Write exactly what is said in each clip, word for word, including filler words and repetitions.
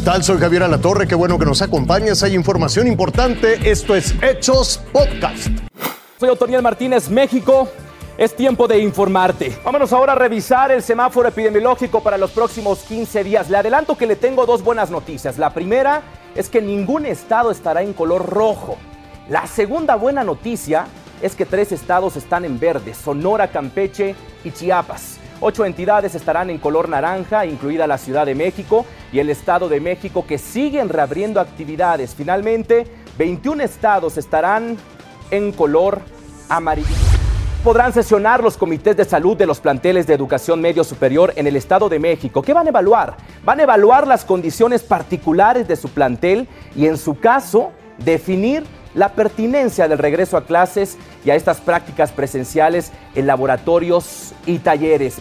tal? Soy Javier Alatorre, qué bueno que nos acompañas. Hay información importante. Esto es Hechos Podcast. Soy Otoniel Martínez, México. Es tiempo de informarte. Vámonos ahora a revisar el semáforo epidemiológico para los próximos quince días. Le adelanto que le tengo dos buenas noticias. La primera es que ningún estado estará en color rojo. La segunda buena noticia es que tres estados están en verde: Sonora, Campeche y Chiapas. Ocho entidades estarán en color naranja, incluida la Ciudad de México y el Estado de México, que siguen reabriendo actividades. Finalmente, veintiún estados estarán en color amarillo. Podrán sesionar los comités de salud de los planteles de educación medio superior en el Estado de México. ¿Qué van a evaluar? Van a evaluar las condiciones particulares de su plantel y, en su caso, definir la pertinencia del regreso a clases y a estas prácticas presenciales en laboratorios y talleres.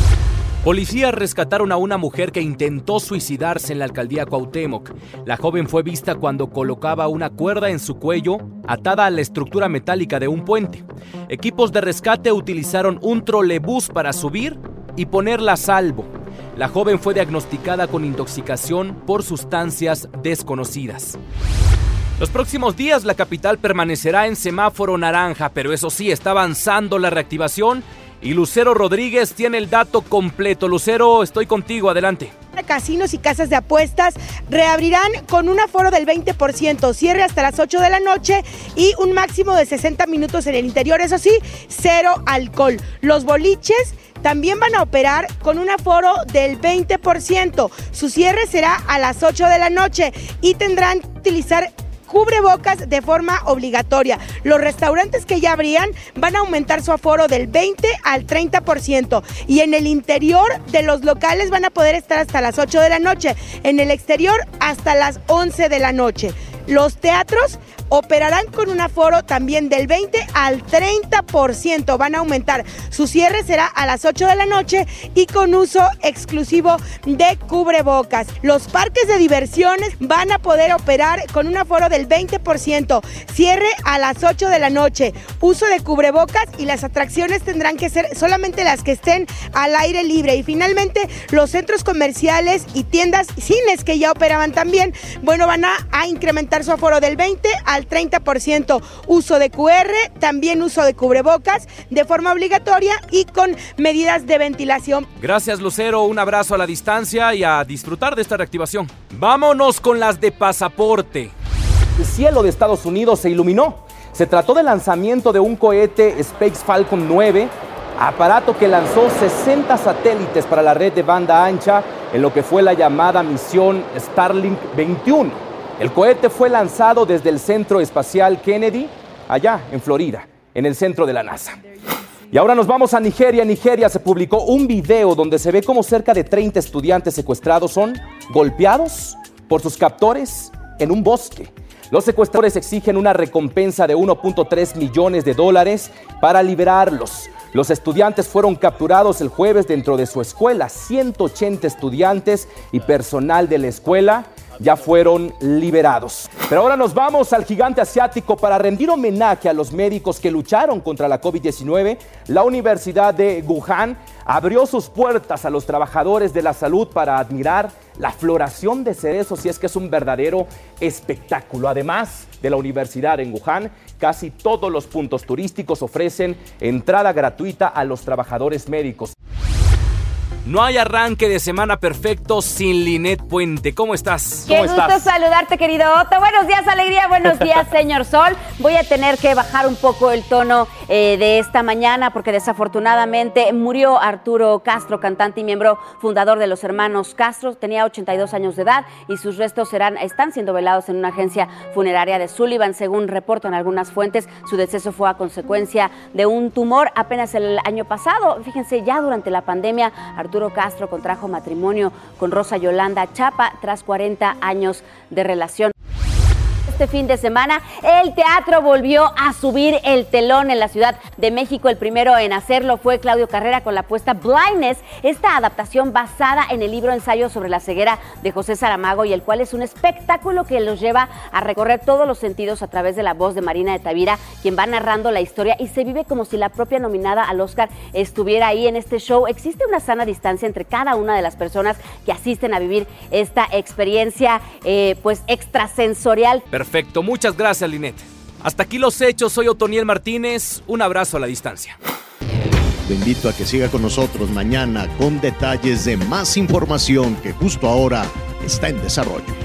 Policías rescataron a una mujer que intentó suicidarse en la alcaldía Cuauhtémoc. La joven fue vista cuando colocaba una cuerda en su cuello atada a la estructura metálica de un puente. Equipos de rescate utilizaron un trolebús para subir y ponerla a salvo. La joven fue diagnosticada con intoxicación por sustancias desconocidas. Los próximos días la capital permanecerá en semáforo naranja, pero eso sí, está avanzando la reactivación y Lucero Rodríguez tiene el dato completo. Lucero, estoy contigo, adelante. Casinos y casas de apuestas reabrirán con un aforo del veinte por ciento, cierre hasta las ocho de la noche y un máximo de sesenta minutos en el interior, eso sí, cero alcohol. Los boliches también van a operar con un aforo del veinte por ciento, su cierre será a las ocho de la noche y tendrán que utilizar cubrebocas de forma obligatoria. Los restaurantes que ya abrían van a aumentar su aforo del veinte al treinta por ciento y en el interior de los locales van a poder estar hasta las ocho de la noche, en el exterior hasta las once de la noche. Los teatros operarán con un aforo también del veinte al treinta por ciento, van a aumentar. Su cierre será a las ocho de la noche y con uso exclusivo de cubrebocas. Los parques de diversiones van a poder operar con un aforo del veinte por ciento, cierre a las ocho de la noche, uso de cubrebocas y las atracciones tendrán que ser solamente las que estén al aire libre. Y finalmente, los centros comerciales y tiendas, cines que ya operaban también, bueno, van a, a incrementar su aforo del veinte al treinta por ciento, uso de cu erre, también uso de cubrebocas de forma obligatoria y con medidas de ventilación. Gracias, Lucero, un abrazo a la distancia y a disfrutar de esta reactivación. Vámonos con las de pasaporte. El cielo de Estados Unidos se iluminó. Se trató del lanzamiento de un cohete Space Falcon nueve, aparato que lanzó sesenta satélites para la red de banda ancha en lo que fue la llamada misión Starlink veintiuno. El cohete fue lanzado desde el Centro Espacial Kennedy, allá en Florida, en el centro de la NASA. Y ahora nos vamos a Nigeria. En Nigeria se publicó un video donde se ve cómo cerca de treinta estudiantes secuestrados son golpeados por sus captores en un bosque. Los secuestradores exigen una recompensa de uno punto tres millones de dólares para liberarlos. Los estudiantes fueron capturados el jueves dentro de su escuela. ciento ochenta estudiantes y personal de la escuela ya fueron liberados. Pero ahora nos vamos al gigante asiático para rendir homenaje a los médicos que lucharon contra la covid diecinueve. La Universidad de Wuhan abrió sus puertas a los trabajadores de la salud para admirar la floración de cerezos, y es que es un verdadero espectáculo. Además de la universidad en Wuhan, casi todos los puntos turísticos ofrecen entrada gratuita a los trabajadores médicos. No hay arranque de semana perfecto sin Linet Puente. ¿Cómo estás? Qué ¿Cómo gusto estás? saludarte, querido Otto. Buenos días, alegría. Buenos días, señor Sol. Voy a tener que bajar un poco el tono eh, de esta mañana porque desafortunadamente murió Arturo Castro, cantante y miembro fundador de los Hermanos Castro. Tenía ochenta y dos años de edad y sus restos serán, están siendo velados en una agencia funeraria de Sullivan. Según reportan algunas fuentes, su deceso fue a consecuencia de un tumor apenas el año pasado. Fíjense, ya durante la pandemia, Arturo Castro contrajo matrimonio con Rosa Yolanda Chapa tras cuarenta años de relación. este fin de semana el teatro volvió a subir el telón en la Ciudad de México. El primero en hacerlo fue Claudio Carrera con la puesta Blindness, esta adaptación basada en el libro Ensayo sobre la ceguera de José Saramago, y el cual es un espectáculo que los lleva a recorrer todos los sentidos a través de la voz de Marina de Tavira, quien va narrando la historia, y se vive como si la propia nominada al Oscar estuviera ahí en este show. Existe una sana distancia entre cada una de las personas que asisten a vivir esta experiencia eh, pues extrasensorial. Perfecto, muchas gracias, Linet. Hasta aquí los hechos, soy Otoniel Martínez, un abrazo a la distancia. Te invito a que siga con nosotros mañana con detalles de más información que justo ahora está en desarrollo.